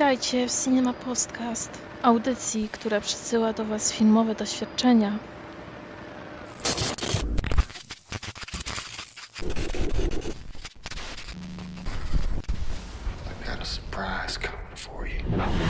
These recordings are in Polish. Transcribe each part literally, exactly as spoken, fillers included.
Witajcie w Cinema Podcast, audycji, która przesyła do Was filmowe doświadczenia. I got a surprise coming for you.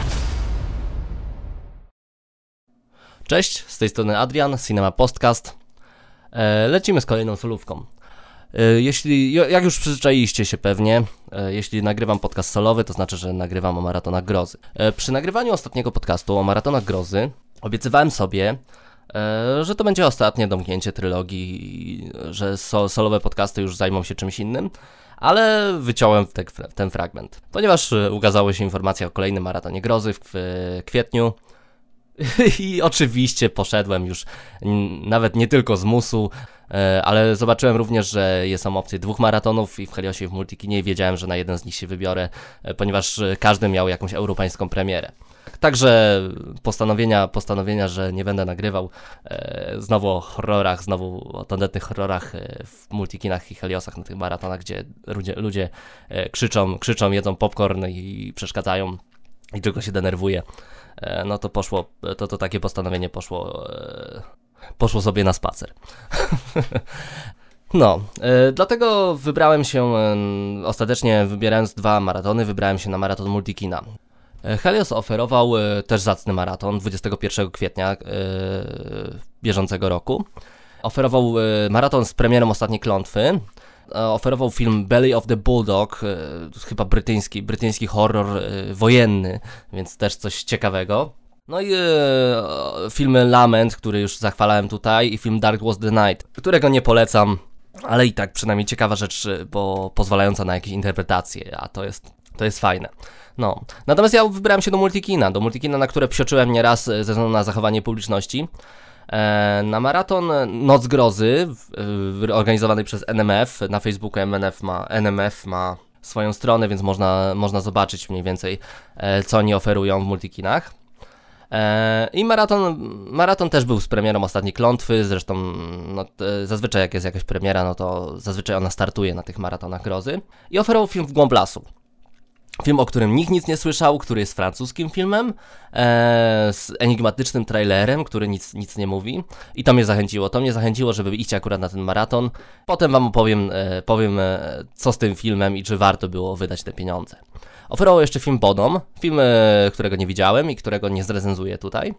Cześć, z tej strony Adrian, Cinema Podcast. E, lecimy z kolejną solówką. E, jeśli, jak już przyzwyczailiście się pewnie, e, jeśli nagrywam podcast solowy, to znaczy, że nagrywam o maratonach grozy. E, przy nagrywaniu ostatniego podcastu o maratonach grozy obiecywałem sobie, e, że to będzie ostatnie domknięcie trylogii, że so, solowe podcasty już zajmą się czymś innym, ale wyciąłem te, ten fragment, ponieważ ukazała się informacja o kolejnym maratonie grozy w, w kwietniu. I oczywiście poszedłem już nawet nie tylko z musu, ale zobaczyłem również, że są opcje dwóch maratonów i w Heliosie i w Multikinie i wiedziałem, że na jeden z nich się wybiorę, ponieważ każdy miał jakąś europejską premierę. Także postanowienia, postanowienia, że nie będę nagrywał znowu o horrorach, znowu o tandetnych horrorach w Multikinach i Heliosach na tych maratonach, gdzie ludzie, ludzie krzyczą, krzyczą, jedzą popcorn i przeszkadzają i tylko się denerwuje. No to poszło, to, to takie postanowienie poszło, e, poszło sobie na spacer. No, e, dlatego wybrałem się, e, ostatecznie wybierając dwa maratony, wybrałem się na maraton Multikina. E, Helios oferował e, też zacny maraton dwudziestego pierwszego kwietnia e, bieżącego roku. Oferował e, maraton z premierą Ostatniej Klątwy. Oferował film Belly of the Bulldog, chyba brytyjski, brytyjski horror wojenny, więc też coś ciekawego. No i e, filmy Lament, który już zachwalałem tutaj, i film Dark Was the Night, którego nie polecam, ale i tak przynajmniej ciekawa rzecz, bo pozwalająca na jakieś interpretacje, a to jest, to jest fajne. No, natomiast ja wybrałem się do Multikina, do Multikina, na które psioczyłem nieraz ze względu na zachowanie publiczności. Na maraton Noc Grozy, organizowany przez N M F, na Facebooku M N F ma, N M F ma swoją stronę, więc można, można zobaczyć mniej więcej, co oni oferują w Multikinach. I maraton, maraton też był z premierą Ostatniej Klątwy, zresztą no, zazwyczaj jak jest jakaś premiera, no to zazwyczaj ona startuje na tych maratonach grozy. I oferował film W głąb lasu. Film, o którym nikt nic nie słyszał, który jest francuskim filmem, e, z enigmatycznym trailerem, który nic, nic nie mówi. I to mnie zachęciło, to mnie zachęciło, żeby iść akurat na ten maraton. Potem wam opowiem, e, powiem, e, co z tym filmem i czy warto było wydać te pieniądze. Oferował jeszcze film Bodom, film, e, którego nie widziałem i którego nie zrecenzuję tutaj.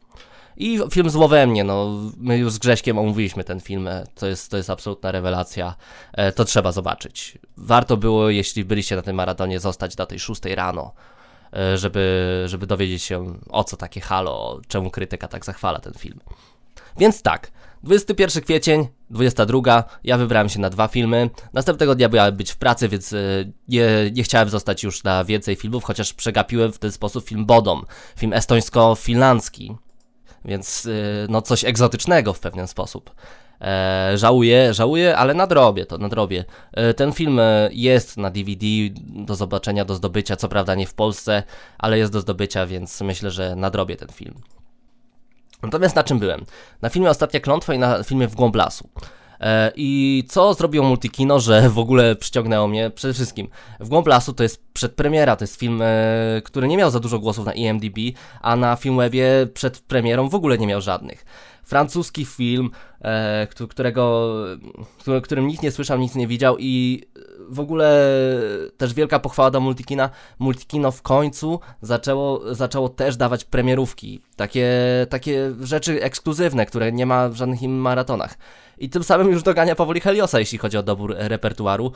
I film Zło we mnie, no my już z Grześkiem omówiliśmy ten film, to jest, to jest absolutna rewelacja, e, to trzeba zobaczyć. Warto było, jeśli byliście na tym maratonie, zostać do tej szóstej rano, e, żeby, żeby dowiedzieć się, o co takie halo, czemu krytyka tak zachwala ten film. Więc tak, dwudziestego pierwszego kwietnia, dwudziestego drugiego, ja wybrałem się na dwa filmy. Następnego dnia miałem być w pracy, więc nie, nie chciałem zostać już na więcej filmów, chociaż przegapiłem w ten sposób film Bodom, film estońsko-finlandzki. Więc no coś egzotycznego w pewien sposób. E, żałuję, żałuję, ale nadrobię to, nadrobię. E, ten film jest na D V D do zobaczenia, do zdobycia, co prawda nie w Polsce, ale jest do zdobycia, więc myślę, że nadrobię ten film. Natomiast na czym byłem? Na filmie Ostatnia Klątwa i na filmie W głąb lasu. E, I co zrobiło Multikino, że w ogóle przyciągnęło mnie? Przede wszystkim W głąb lasu to jest przedpremiera, to jest film, e, który nie miał za dużo głosów na I M D B, a na Filmwebie przed premierą w ogóle nie miał żadnych. Francuski film, e, którego, który, którym nikt nie słyszał, nic nie widział i w ogóle też wielka pochwała do Multikina. Multikino w końcu zaczęło, zaczęło też dawać premierówki, takie, takie rzeczy ekskluzywne, które nie ma w żadnych innych maratonach. I tym samym już dogania powoli Heliosa, jeśli chodzi o dobór repertuaru,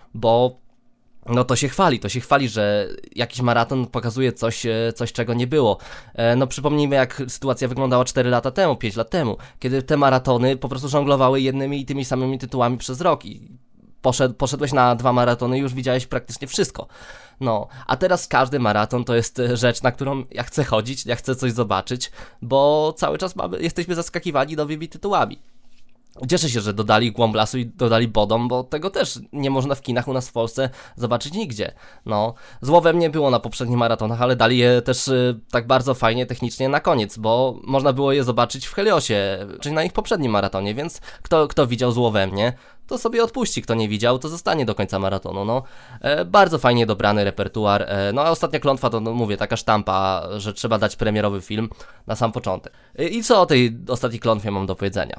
bo no to się chwali, to się chwali, że jakiś maraton pokazuje coś, coś czego nie było. No przypomnijmy, jak sytuacja wyglądała cztery lata temu, pięć lat temu, kiedy te maratony po prostu żonglowały jednymi i tymi samymi tytułami przez rok i poszedł, poszedłeś na dwa maratony i już widziałeś praktycznie wszystko. No, a teraz każdy maraton to jest rzecz, na którą ja chcę chodzić, ja chcę coś zobaczyć, bo cały czas mamy, jesteśmy zaskakiwani nowymi tytułami. Cieszę się, że dodali Głąb Lasu i dodali Bodom, bo tego też nie można w kinach u nas w Polsce zobaczyć nigdzie. No, Zło we mnie było na poprzednich maratonach, ale dali je też y, tak bardzo fajnie technicznie na koniec, bo można było je zobaczyć w Heliosie, czyli na ich poprzednim maratonie, więc kto, kto widział Zło we mnie, to sobie odpuści, kto nie widział, to zostanie do końca maratonu, no. E, bardzo fajnie dobrany repertuar, e, no a Ostatnia Klątwa to, no mówię, taka sztampa, że trzeba dać premierowy film na sam początek. E, I co o tej Ostatniej Klątwie mam do powiedzenia?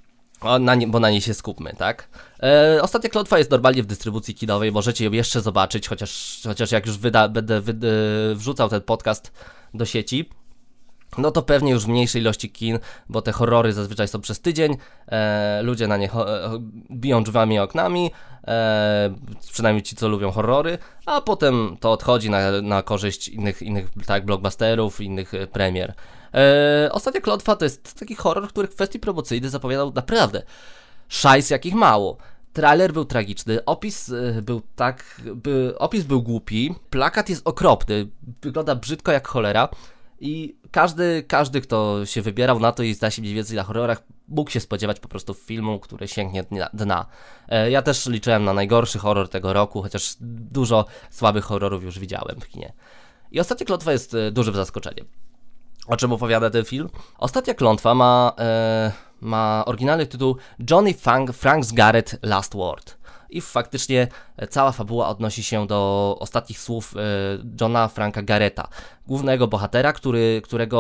O, na nie, bo na niej się skupmy, tak? E, Ostatnia Klątwa jest normalnie w dystrybucji kinowej, możecie ją jeszcze zobaczyć, chociaż, chociaż jak już wyda, będę wyda, wrzucał ten podcast do sieci, no to pewnie już w mniejszej ilości kin, bo te horrory zazwyczaj są przez tydzień, e, ludzie na nie ho- biją drzwiami i oknami, e, przynajmniej ci, co lubią horrory, a potem to odchodzi na, na korzyść innych, innych tak, blockbusterów, innych e, premier. E, Ostatnia Klątwa to jest taki horror, który w kwestii promocyjnej zapowiadał naprawdę szajs jakich mało. Trailer był tragiczny, opis y, był tak, by, opis był głupi, plakat jest okropny, wygląda brzydko jak cholera i każdy, każdy, kto się wybierał na to i zna się mniej więcej na horrorach, mógł się spodziewać po prostu filmu, który sięgnie dna. E, ja też liczyłem na najgorszy horror tego roku, chociaż dużo słabych horrorów już widziałem w kinie. I Ostatnia Klątwa jest y, dużym zaskoczeniem. O czym opowiada ten film? Ostatnia Klątwa ma, e, ma oryginalny tytuł Johnny Frank, Frank's Garrett Last Word. I faktycznie cała fabuła odnosi się do ostatnich słów e, Johna Franka Garretta, głównego bohatera, który, którego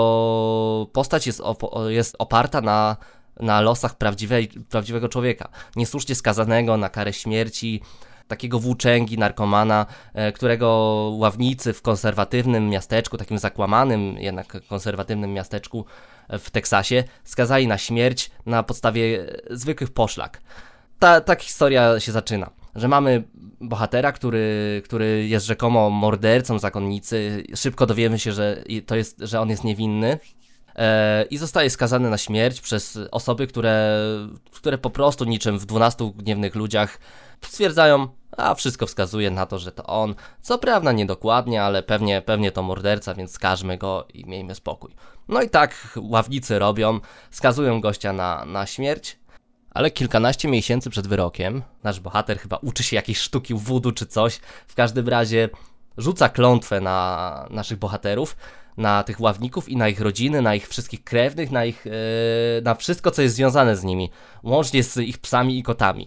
postać jest, op- jest oparta na, na losach prawdziwej, prawdziwego człowieka, niesłusznie skazanego na karę śmierci, takiego włóczęgi, narkomana, e, którego ławnicy w konserwatywnym miasteczku, takim zakłamanym, jednak konserwatywnym miasteczku w Teksasie, skazali na śmierć na podstawie zwykłych poszlak. Ta, ta historia się zaczyna, że mamy bohatera, który, który jest rzekomo mordercą zakonnicy, szybko dowiemy się, że, to jest, że on jest niewinny, e, i zostaje skazany na śmierć przez osoby, które, które po prostu niczym w dwunastu gniewnych ludziach stwierdzają, a wszystko wskazuje na to, że to on. Co prawda niedokładnie, ale pewnie, pewnie to morderca, więc skażmy go i miejmy spokój. No i tak ławnicy robią, skazują gościa na, na śmierć, ale kilkanaście miesięcy przed wyrokiem nasz bohater chyba uczy się jakiejś sztuki voodoo czy coś, w każdym razie rzuca klątwę na naszych bohaterów, na tych ławników i na ich rodziny, na ich wszystkich krewnych, na ich, yy, na wszystko, co jest związane z nimi, łącznie z ich psami i kotami.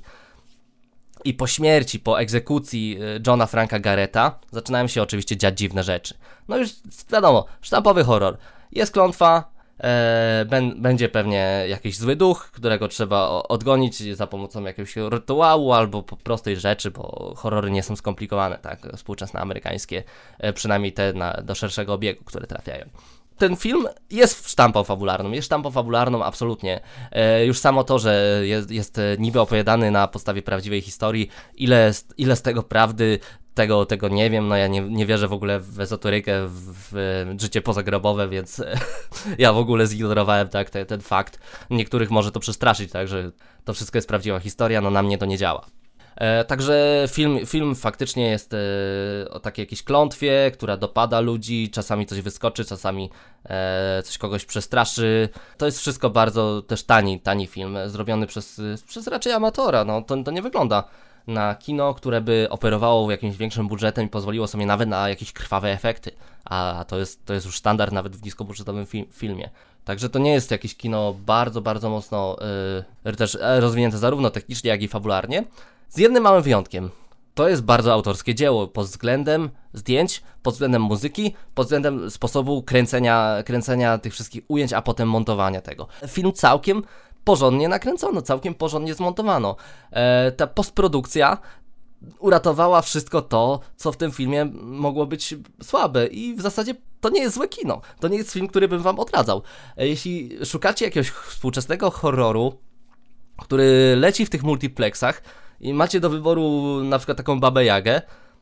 I po śmierci, po egzekucji Johna Franka Garretta zaczynają się oczywiście dziać dziwne rzeczy. No już wiadomo, sztampowy horror. Jest klątwa, e, ben, będzie pewnie jakiś zły duch, którego trzeba odgonić za pomocą jakiegoś rytuału albo po prostej rzeczy, bo horrory nie są skomplikowane, tak, współczesne amerykańskie, e, przynajmniej te na, do szerszego obiegu, które trafiają. Ten film jest sztampą fabularną, jest sztampą fabularną absolutnie. E, już samo to, że jest, jest niby opowiadany na podstawie prawdziwej historii, ile, ile z tego prawdy, tego, tego nie wiem, no ja nie, nie wierzę w ogóle w ezoterykę, w, w życie pozagrobowe, więc ja w ogóle zignorowałem tak, te, ten fakt. Niektórych może to przestraszyć, tak, że to wszystko jest prawdziwa historia, no na mnie to nie działa. E, także film, film faktycznie jest e, o takiej jakiejś klątwie, która dopada ludzi, czasami coś wyskoczy, czasami e, coś kogoś przestraszy. To jest wszystko bardzo też tani, tani film, zrobiony przez, przez raczej amatora. No, to, to nie wygląda na kino, które by operowało jakimś większym budżetem i pozwoliło sobie nawet na jakieś krwawe efekty, a to jest, to jest już standard nawet w niskobudżetowym fi- filmie. Także to nie jest jakieś kino bardzo, bardzo mocno yy, też rozwinięte zarówno technicznie, jak i fabularnie. Z jednym małym wyjątkiem. To jest bardzo autorskie dzieło pod względem zdjęć, pod względem muzyki, pod względem sposobu kręcenia, kręcenia tych wszystkich ujęć, a potem montowania tego. Film całkiem porządnie nakręcono, całkiem porządnie zmontowano. E, ta postprodukcja uratowała wszystko to, co w tym filmie mogło być słabe i w zasadzie to nie jest złe kino. To nie jest film, który bym wam odradzał. E, jeśli szukacie jakiegoś współczesnego horroru, który leci w tych multiplexach i macie do wyboru na przykład taką Babę Jagę,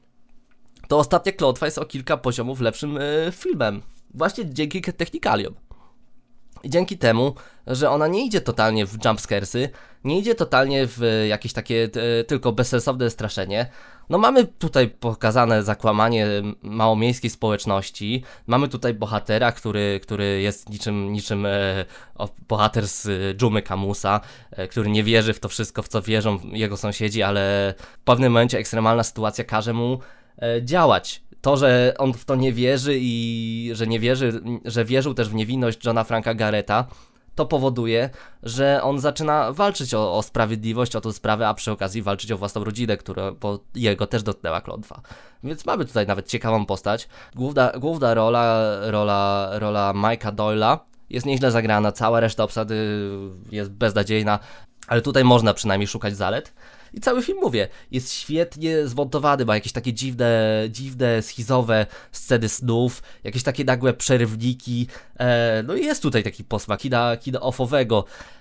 to Ostatnia Klątwa jest o kilka poziomów lepszym e, filmem. Właśnie dzięki technikaliom. I dzięki temu, że ona nie idzie totalnie w jumpscaresy, nie idzie totalnie w jakieś takie e, tylko bezsensowne straszenie. No mamy tutaj pokazane zakłamanie małomiejskiej społeczności, mamy tutaj bohatera, który, który jest niczym, niczym e, o, bohater z dżumy Camusa, e, który nie wierzy w to wszystko, w co wierzą jego sąsiedzi, ale w pewnym momencie ekstremalna sytuacja każe mu e, działać. To, że on w to nie wierzy i że nie wierzy, że wierzył też w niewinność Johna Franka Garretta, to powoduje, że on zaczyna walczyć o, o sprawiedliwość, o tę sprawę, a przy okazji walczyć o własną rodzinę, która, bo jego też dotknęła klątwa. Więc mamy tutaj nawet ciekawą postać. Główna, główna rola, rola, rola Mike'a Doyle'a jest nieźle zagrana, cała reszta obsady jest beznadziejna, ale tutaj można przynajmniej szukać zalet. I cały film, mówię, jest świetnie zmontowany, ma jakieś takie dziwne, dziwne, schizowe sceny snów, jakieś takie nagłe przerywniki, e, no i jest tutaj taki posmak kina, kina offowego.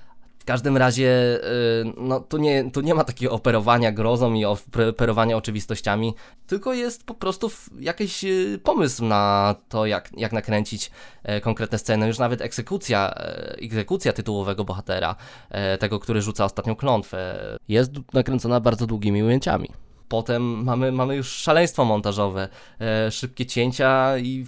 W każdym razie, e, no tu nie, tu nie ma takiego operowania grozą i operowania oczywistościami, tylko jest po prostu jakiś pomysł na to, jak, jak nakręcić e, konkretne sceny. Już nawet egzekucja, e, egzekucja tytułowego bohatera, e, tego, który rzuca ostatnią klątwę, jest nakręcona bardzo długimi ujęciami. Potem mamy, mamy już szaleństwo montażowe, e, szybkie cięcia i,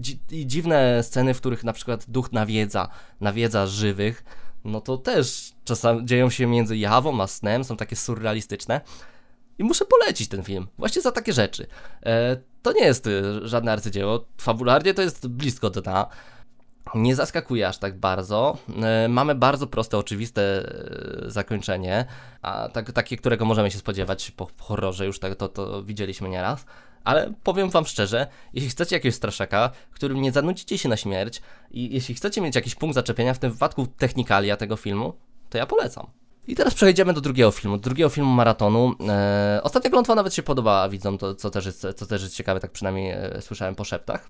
i dziwne sceny, w których na przykład duch nawiedza, nawiedza żywych. No to też czasami dzieją się między jawą a snem, są takie surrealistyczne. I muszę polecić ten film, właśnie za takie rzeczy. E, to nie jest e, żadne arcydzieło, fabularnie to jest blisko dna. Nie zaskakuje aż tak bardzo. E, mamy bardzo proste, oczywiste e, zakończenie, a tak, takie, którego możemy się spodziewać po, po horrorze, już tak, to, to widzieliśmy nieraz. Ale powiem wam szczerze, jeśli chcecie jakiegoś straszaka, którym nie zanudzicie się na śmierć i jeśli chcecie mieć jakiś punkt zaczepienia, w tym wypadku technikalia tego filmu, to ja polecam. I teraz przejdziemy do drugiego filmu, do drugiego filmu maratonu. Eee, Ostatnia klątwa nawet się podobała widzom, to, co, też jest, co też jest ciekawe, tak przynajmniej e, słyszałem po szeptach.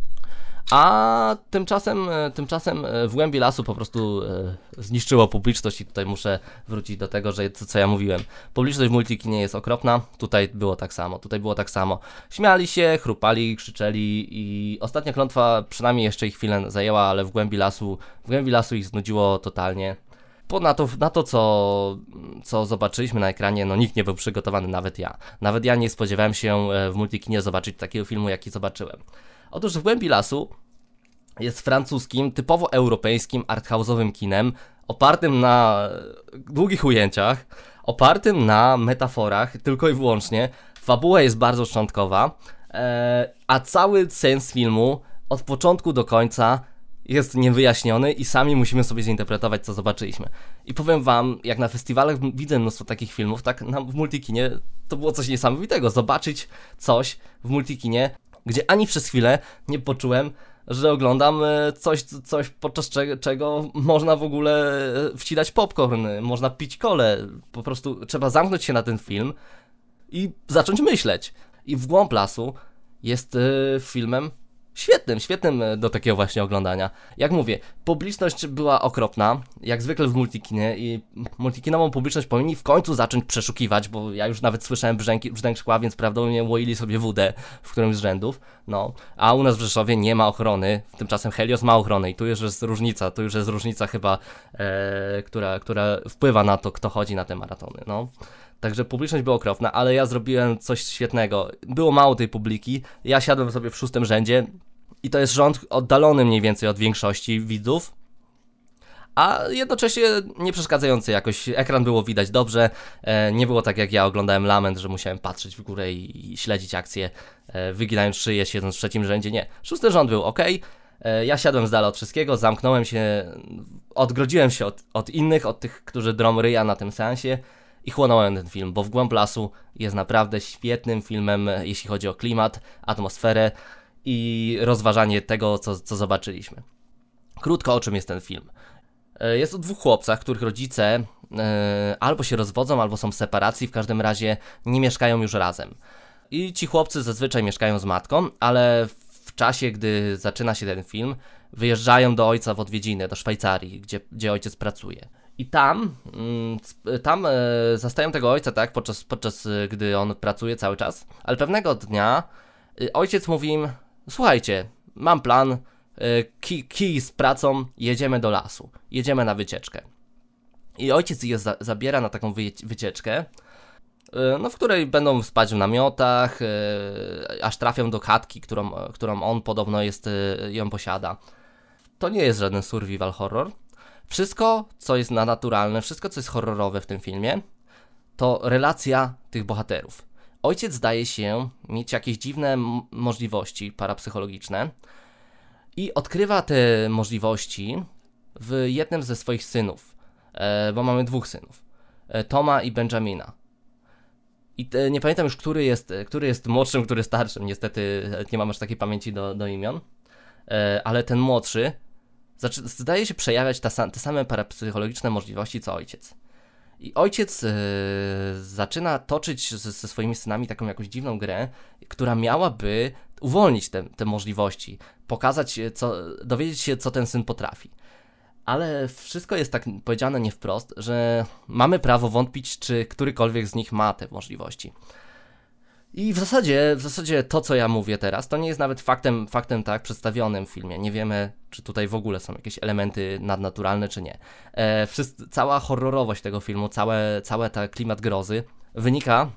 A tymczasem, tymczasem w głębi lasu po prostu e, zniszczyło publiczność i tutaj muszę wrócić do tego, że to, co ja mówiłem. Publiczność w Multikinie jest okropna, tutaj było tak samo, tutaj było tak samo. Śmiali się, chrupali, krzyczeli i ostatnia klątwa przynajmniej jeszcze ich chwilę zajęła, ale w głębi lasu, w głębi lasu ich znudziło totalnie. Po na to, na to co, co zobaczyliśmy na ekranie, no nikt nie był przygotowany, nawet ja. Nawet ja nie spodziewałem się w Multikinie zobaczyć takiego filmu, jaki zobaczyłem. Otóż w głębi lasu jest francuskim, typowo europejskim, arthouse'owym kinem, opartym na długich ujęciach, opartym na metaforach, tylko i wyłącznie. Fabuła jest bardzo szczątkowa, e, a cały sens filmu od początku do końca jest niewyjaśniony i sami musimy sobie zinterpretować, co zobaczyliśmy. I powiem wam, jak na festiwalach widzę mnóstwo takich filmów, tak na, w Multikinie to było coś niesamowitego, zobaczyć coś w Multikinie, gdzie ani przez chwilę nie poczułem, że oglądam coś, coś podczas czego, czego można w ogóle wcinać popcorn, można pić kolę, po prostu trzeba zamknąć się na ten film i zacząć myśleć. I W głąb lasu jest y, filmem świetnym, świetnym do takiego właśnie oglądania. Jak mówię, publiczność była okropna, jak zwykle w Multikinie i multikinową publiczność powinni w końcu zacząć przeszukiwać, bo ja już nawet słyszałem brzęki, brzęk szkła, więc prawdopodobnie łoili sobie wódę w którymś z rzędów, no. A u nas w Rzeszowie nie ma ochrony, tymczasem Helios ma ochronę i tu już jest różnica, tu już jest różnica chyba, e, która, która wpływa na to, kto chodzi na te maratony, no. Także publiczność była okropna, ale ja zrobiłem coś świetnego. Było mało tej publiki, ja siadłem sobie w szóstym rzędzie i to jest rząd oddalony mniej więcej od większości widzów, a jednocześnie nie przeszkadzający jakoś. Ekran było widać dobrze, e, nie było tak jak ja oglądałem Lament, że musiałem patrzeć w górę i, i śledzić akcję, e, wyginając szyję, siedząc w trzecim rzędzie. Nie, szósty rząd był ok. E, ja siadłem z dala od wszystkiego, zamknąłem się, odgrodziłem się od, od innych, od tych, którzy drą ryja na tym seansie i chłonąłem ten film, bo W głąb lasu jest naprawdę świetnym filmem, jeśli chodzi o klimat, atmosferę i rozważanie tego, co, co zobaczyliśmy. Krótko, o czym jest ten film. Jest o dwóch chłopcach, których rodzice e, albo się rozwodzą, albo są w separacji, w każdym razie nie mieszkają już razem. I ci chłopcy zazwyczaj mieszkają z matką, ale w czasie, gdy zaczyna się ten film, wyjeżdżają do ojca w odwiedziny, do Szwajcarii, gdzie, gdzie ojciec pracuje. I tam, tam e, zastają tego ojca, tak, podczas, podczas gdy on pracuje cały czas, ale pewnego dnia ojciec mówi im: słuchajcie, mam plan, kij, kij z pracą, jedziemy do lasu, jedziemy na wycieczkę. I ojciec je za, zabiera na taką wyje, wycieczkę, no, w której będą spać w namiotach, aż trafią do chatki, którą, którą on podobno jest, ją posiada. To nie jest żaden survival horror. Wszystko, co jest nadnaturalne, wszystko, co jest horrorowe w tym filmie, to relacja tych bohaterów. Ojciec zdaje się mieć jakieś dziwne m- możliwości parapsychologiczne i odkrywa te możliwości w jednym ze swoich synów, e, bo mamy dwóch synów, e, Toma i Benjamina. I te, nie pamiętam już, który jest, który jest młodszym, który starszym, niestety nie mam aż takiej pamięci do, do imion, e, ale ten młodszy zaczy- zdaje się przejawiać ta, te same parapsychologiczne możliwości co ojciec. I ojciec yy, zaczyna toczyć ze, ze swoimi synami taką jakąś dziwną grę, która miałaby uwolnić te, te możliwości, pokazać, co, dowiedzieć się, co ten syn potrafi. Ale wszystko jest tak powiedziane nie wprost, że mamy prawo wątpić, czy którykolwiek z nich ma te możliwości. I w zasadzie, w zasadzie to, co ja mówię teraz, to nie jest nawet faktem, faktem tak przedstawionym w filmie. Nie wiemy, czy tutaj w ogóle są jakieś elementy nadnaturalne, czy nie. E, wszyscy, cała horrorowość tego filmu, całe, całe ten klimat grozy wynika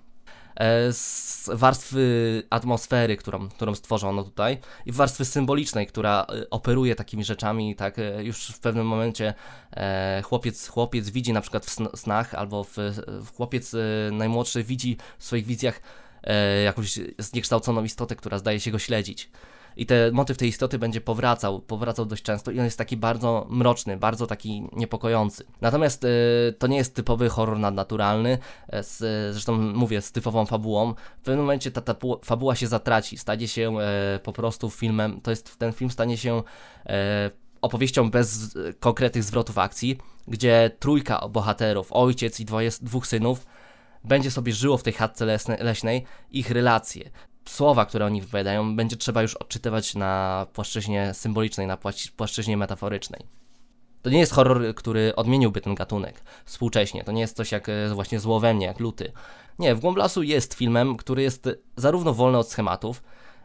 e, z warstwy atmosfery, którą, którą stworzono tutaj i warstwy symbolicznej, która e, operuje takimi rzeczami, tak, e, już w pewnym momencie e, chłopiec, chłopiec widzi na przykład w snach, albo w, w chłopiec e, najmłodszy widzi w swoich wizjach E, jakąś zniekształconą istotę, która zdaje się go śledzić. I ten motyw tej istoty będzie powracał, powracał dość często i on jest taki bardzo mroczny, bardzo taki niepokojący. Natomiast e, to nie jest typowy horror nadnaturalny, e, z, zresztą mówię, z typową fabułą. W pewnym momencie ta, ta fabuła się zatraci, stanie się e, po prostu filmem, to jest, ten film stanie się e, opowieścią bez konkretnych zwrotów akcji, gdzie trójka bohaterów, ojciec i dwoje, dwóch synów, będzie sobie żyło w tej chatce leśnej, ich relacje, słowa, które oni wypowiadają, będzie trzeba już odczytywać na płaszczyźnie symbolicznej, na płaszczyźnie metaforycznej. To nie jest horror, który odmieniłby ten gatunek współcześnie, to nie jest coś jak właśnie Zło we mnie, jak Luty. Nie, W głąb lasu jest filmem, który jest zarówno wolny od schematów,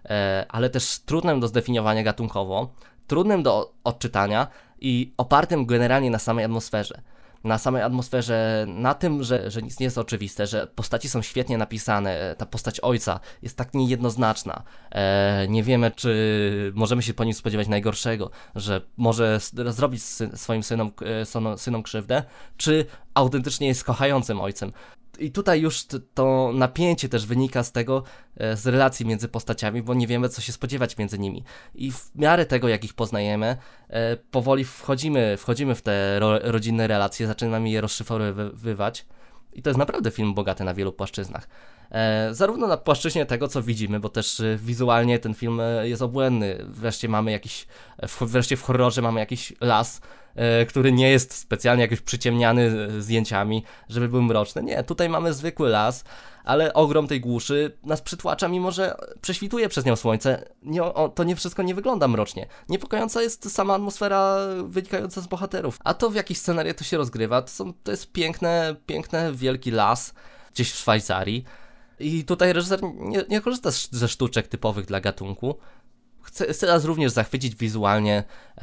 ale też trudnym do zdefiniowania gatunkowo, trudnym do odczytania i opartym generalnie na samej atmosferze. Na samej atmosferze, na tym, że, że nic nie jest oczywiste, że postaci są świetnie napisane, ta postać ojca jest tak niejednoznaczna, e, nie wiemy, czy możemy się po nim spodziewać najgorszego, że może zrobić sy- swoim synom, e, synom krzywdę, czy autentycznie jest kochającym ojcem. I tutaj już to napięcie też wynika z tego, z relacji między postaciami, bo nie wiemy, co się spodziewać między nimi. I w miarę tego, jak ich poznajemy, powoli wchodzimy, wchodzimy w te ro, rodzinne relacje, zaczynamy je rozszyfrowywać. I to jest naprawdę film bogaty na wielu płaszczyznach. E, zarówno na płaszczyźnie tego, co widzimy, bo też e, wizualnie ten film e, jest obłędny. Wreszcie mamy jakiś, w, wreszcie w horrorze mamy jakiś las, e, który nie jest specjalnie jakoś przyciemniany e, zdjęciami, żeby był mroczny. Nie, tutaj mamy zwykły las, ale ogrom tej głuszy nas przytłacza, mimo że prześwituje przez nią słońce. Nie, o, to nie wszystko nie wygląda mrocznie. Niepokojąca jest sama atmosfera wynikająca z bohaterów. A to, w jakich scenariach to się rozgrywa, to, są, to jest piękne, piękny, wielki las gdzieś w Szwajcarii. I tutaj reżyser nie, nie korzysta ze sztuczek typowych dla gatunku. Chce, chce nas również zachwycić wizualnie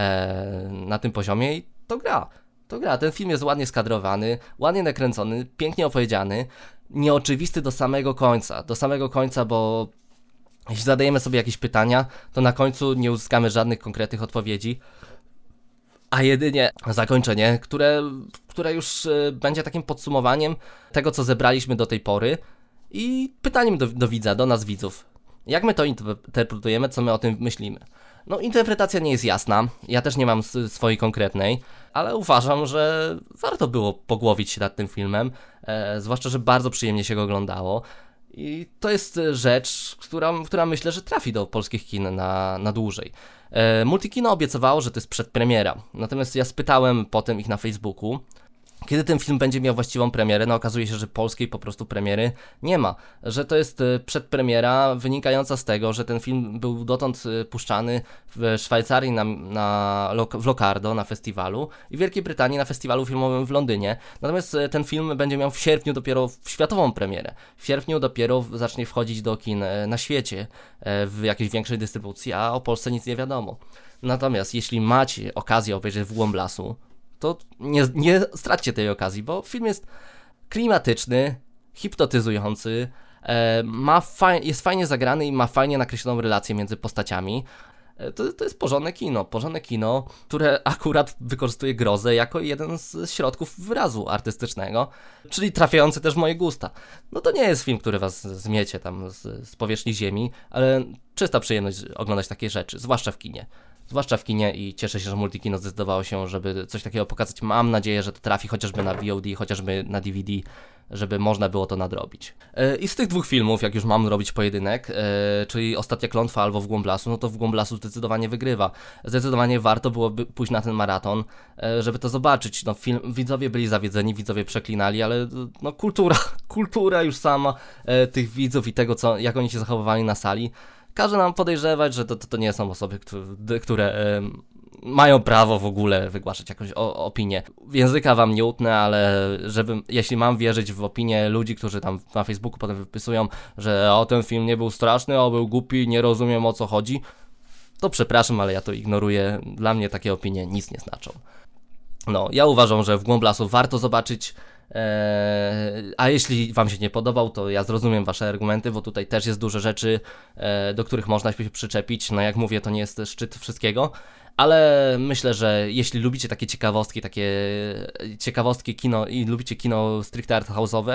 e, na tym poziomie i to gra. To gra. Ten film jest ładnie skadrowany, ładnie nakręcony, pięknie opowiedziany, nieoczywisty do samego końca. Do samego końca, bo jeśli zadajemy sobie jakieś pytania, to na końcu nie uzyskamy żadnych konkretnych odpowiedzi, a jedynie zakończenie, które, które już e, będzie takim podsumowaniem tego, co zebraliśmy do tej pory i pytaniem do, do widza, do nas widzów. Jak my to interpretujemy, co my o tym myślimy? No, interpretacja nie jest jasna, ja też nie mam swojej konkretnej, ale uważam, że warto było pogłowić się nad tym filmem, e, zwłaszcza, że bardzo przyjemnie się go oglądało. I to jest rzecz, która, która myślę, że trafi do polskich kin na, na dłużej. E, Multikino obiecywało, że to jest przedpremiera, natomiast ja spytałem potem ich na Facebooku, Kiedy ten film będzie miał właściwą premierę? No okazuje się, że polskiej po prostu premiery nie ma. Że to jest przedpremiera wynikająca z tego, że ten film był dotąd puszczany w Szwajcarii na, na, w Locarno na festiwalu i w Wielkiej Brytanii na festiwalu filmowym w Londynie. Natomiast ten film będzie miał w sierpniu dopiero światową premierę. W sierpniu dopiero zacznie wchodzić do kin na świecie w jakiejś większej dystrybucji, a o Polsce nic nie wiadomo. Natomiast jeśli macie okazję obejrzeć w głąb lasu, to nie, nie straćcie tej okazji, bo film jest klimatyczny, hipnotyzujący, e, ma faj, jest fajnie zagrany i ma fajnie nakreśloną relację między postaciami. E, to, to jest porządne kino, porządne kino, które akurat wykorzystuje grozę jako jeden z środków wyrazu artystycznego, czyli trafiający też w moje gusta. No to nie jest film, który was zmiecie tam z, z powierzchni ziemi, ale czysta przyjemność oglądać takie rzeczy, zwłaszcza w kinie. Zwłaszcza w kinie i cieszę się, że Multikino zdecydowało się, żeby coś takiego pokazać. Mam nadzieję, że to trafi chociażby na V O D, chociażby na D V D, żeby można było to nadrobić. Yy, I z tych dwóch filmów, jak już mam robić pojedynek, yy, czyli Ostatnia Klątwa albo W głąb lasu, no to W głąb lasu zdecydowanie wygrywa. Zdecydowanie warto byłoby pójść na ten maraton, yy, żeby to zobaczyć. No, film, widzowie byli zawiedzeni, widzowie przeklinali, ale no kultura, kultura już sama yy, tych widzów i tego, co, jak oni się zachowywali na sali, każe nam podejrzewać, że to, to, to nie są osoby, które, które y, mają prawo w ogóle wygłaszać jakąś o, opinię. Języka wam nie utnę, ale żebym, jeśli mam wierzyć w opinię ludzi, którzy tam na Facebooku potem wypisują, że o, ten film nie był straszny, o, był głupi, nie rozumiem, o co chodzi, to przepraszam, ale ja to ignoruję. Dla mnie takie opinie nic nie znaczą. No, ja uważam, że W głąb lasu warto zobaczyć. Eee, a jeśli wam się nie podobał, to ja zrozumiem wasze argumenty, bo tutaj też jest dużo rzeczy, e, do których można się przyczepić. No jak mówię, to nie jest szczyt wszystkiego, ale myślę, że jeśli lubicie takie ciekawostki, takie ciekawostki kino i lubicie kino stricte arthouse'owe,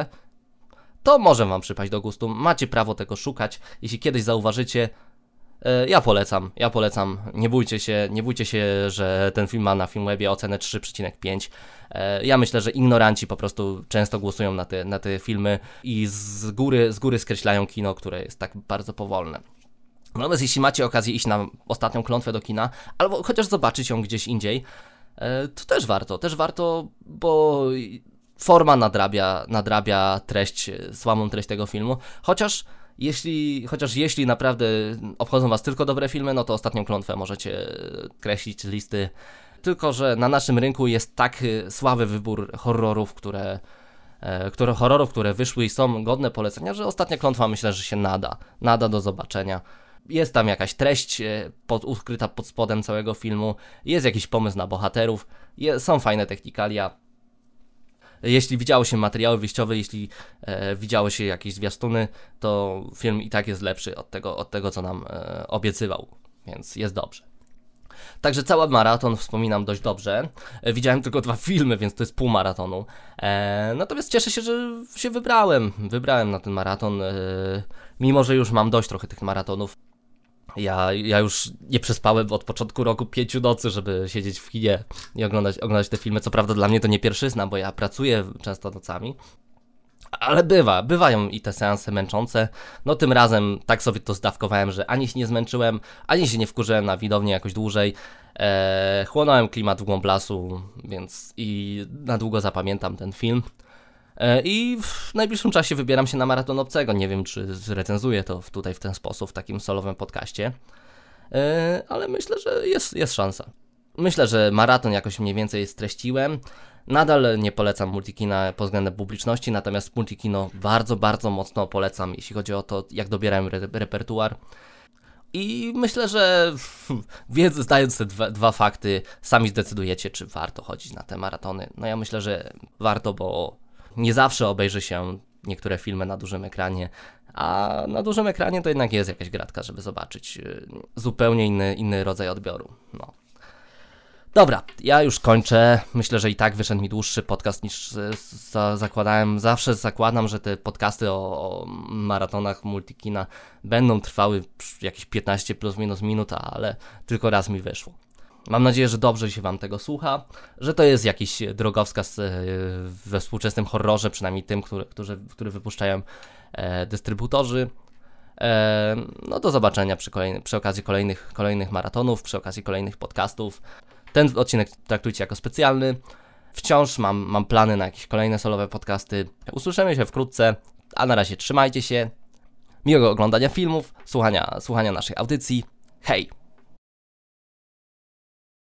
to może wam przypaść do gustu. Macie prawo tego szukać. Jeśli kiedyś zauważycie, e, ja polecam, ja polecam. Nie bójcie się, nie bójcie się, że ten film ma na Filmwebie ocenę trzy przecinek pięć. Ja myślę, że ignoranci po prostu często głosują na te, na te filmy i z góry, z góry skreślają kino, które jest tak bardzo powolne. Natomiast jeśli macie okazję iść na Ostatnią Klątwę do kina, albo chociaż zobaczyć ją gdzieś indziej, to też warto, też warto, bo forma nadrabia, nadrabia treść, słabą treść tego filmu, chociaż jeśli, chociaż jeśli naprawdę obchodzą was tylko dobre filmy, no to Ostatnią Klątwę możecie kreślić z listy. Tylko że na naszym rynku jest tak słaby wybór horrorów, które, e, które horrorów, które wyszły i są godne polecenia, że Ostatnia Klątwa myślę, że się nada, nada do zobaczenia. Jest tam jakaś treść e, pod, ukryta pod spodem całego filmu, jest jakiś pomysł na bohaterów, je, są fajne technikalia. Jeśli widziało się materiały wyjściowe, jeśli e, widziało się jakieś zwiastuny, to film i tak jest lepszy od tego, od tego co nam e, obiecywał, więc jest dobrze. Także cały maraton wspominam dość dobrze. E, widziałem tylko dwa filmy, więc to jest pół maratonu. E, natomiast cieszę się, że się wybrałem. Wybrałem na ten maraton, e, mimo że już mam dość trochę tych maratonów. Ja, ja już nie przespałem od początku roku pięciu nocy, żeby siedzieć w kinie i oglądać, oglądać te filmy. Co prawda dla mnie to nie pierwszyzna, bo ja pracuję często nocami. Ale bywa, bywają i te seanse męczące. No tym razem tak sobie to zdawkowałem, że ani się nie zmęczyłem, ani się nie wkurzyłem na widownię jakoś dłużej. Eee, chłonąłem klimat W głąb lasu, więc i na długo zapamiętam ten film. Eee, I w najbliższym czasie wybieram się na Maraton Obcego. Nie wiem, czy zrecenzuję to tutaj w ten sposób, w takim solowym podcaście. Eee, ale myślę, że jest, jest szansa. Myślę, że maraton jakoś mniej więcej streściłem. Nadal nie polecam Multikina pod względem publiczności, natomiast Multikino bardzo, bardzo mocno polecam, jeśli chodzi o to, jak dobierałem re- repertuar. I myślę, że więc zdając te dwa, dwa fakty, sami zdecydujecie, czy warto chodzić na te maratony. No ja myślę, że warto, bo nie zawsze obejrzy się niektóre filmy na dużym ekranie, a na dużym ekranie to jednak jest jakaś gratka, żeby zobaczyć zupełnie inny, inny rodzaj odbioru. No. Dobra, ja już kończę. Myślę, że i tak wyszedł mi dłuższy podcast niż za- zakładałem. Zawsze zakładam, że te podcasty o, o maratonach Multikina będą trwały jakieś piętnaście plus minus minut, ale tylko raz mi wyszło. Mam nadzieję, że dobrze się wam tego słucha, że to jest jakiś drogowskaz we współczesnym horrorze, przynajmniej tym, który, którzy, który wypuszczają e, dystrybutorzy. E, no do zobaczenia przy, kolejny, przy okazji kolejnych, kolejnych maratonów, przy okazji kolejnych podcastów. Ten odcinek traktujcie jako specjalny. wciąż mam, mam plany na jakieś kolejne solowe podcasty. Usłyszymy się wkrótce, a na razie trzymajcie się. Miłego oglądania filmów, słuchania, słuchania naszych audycji. Hej!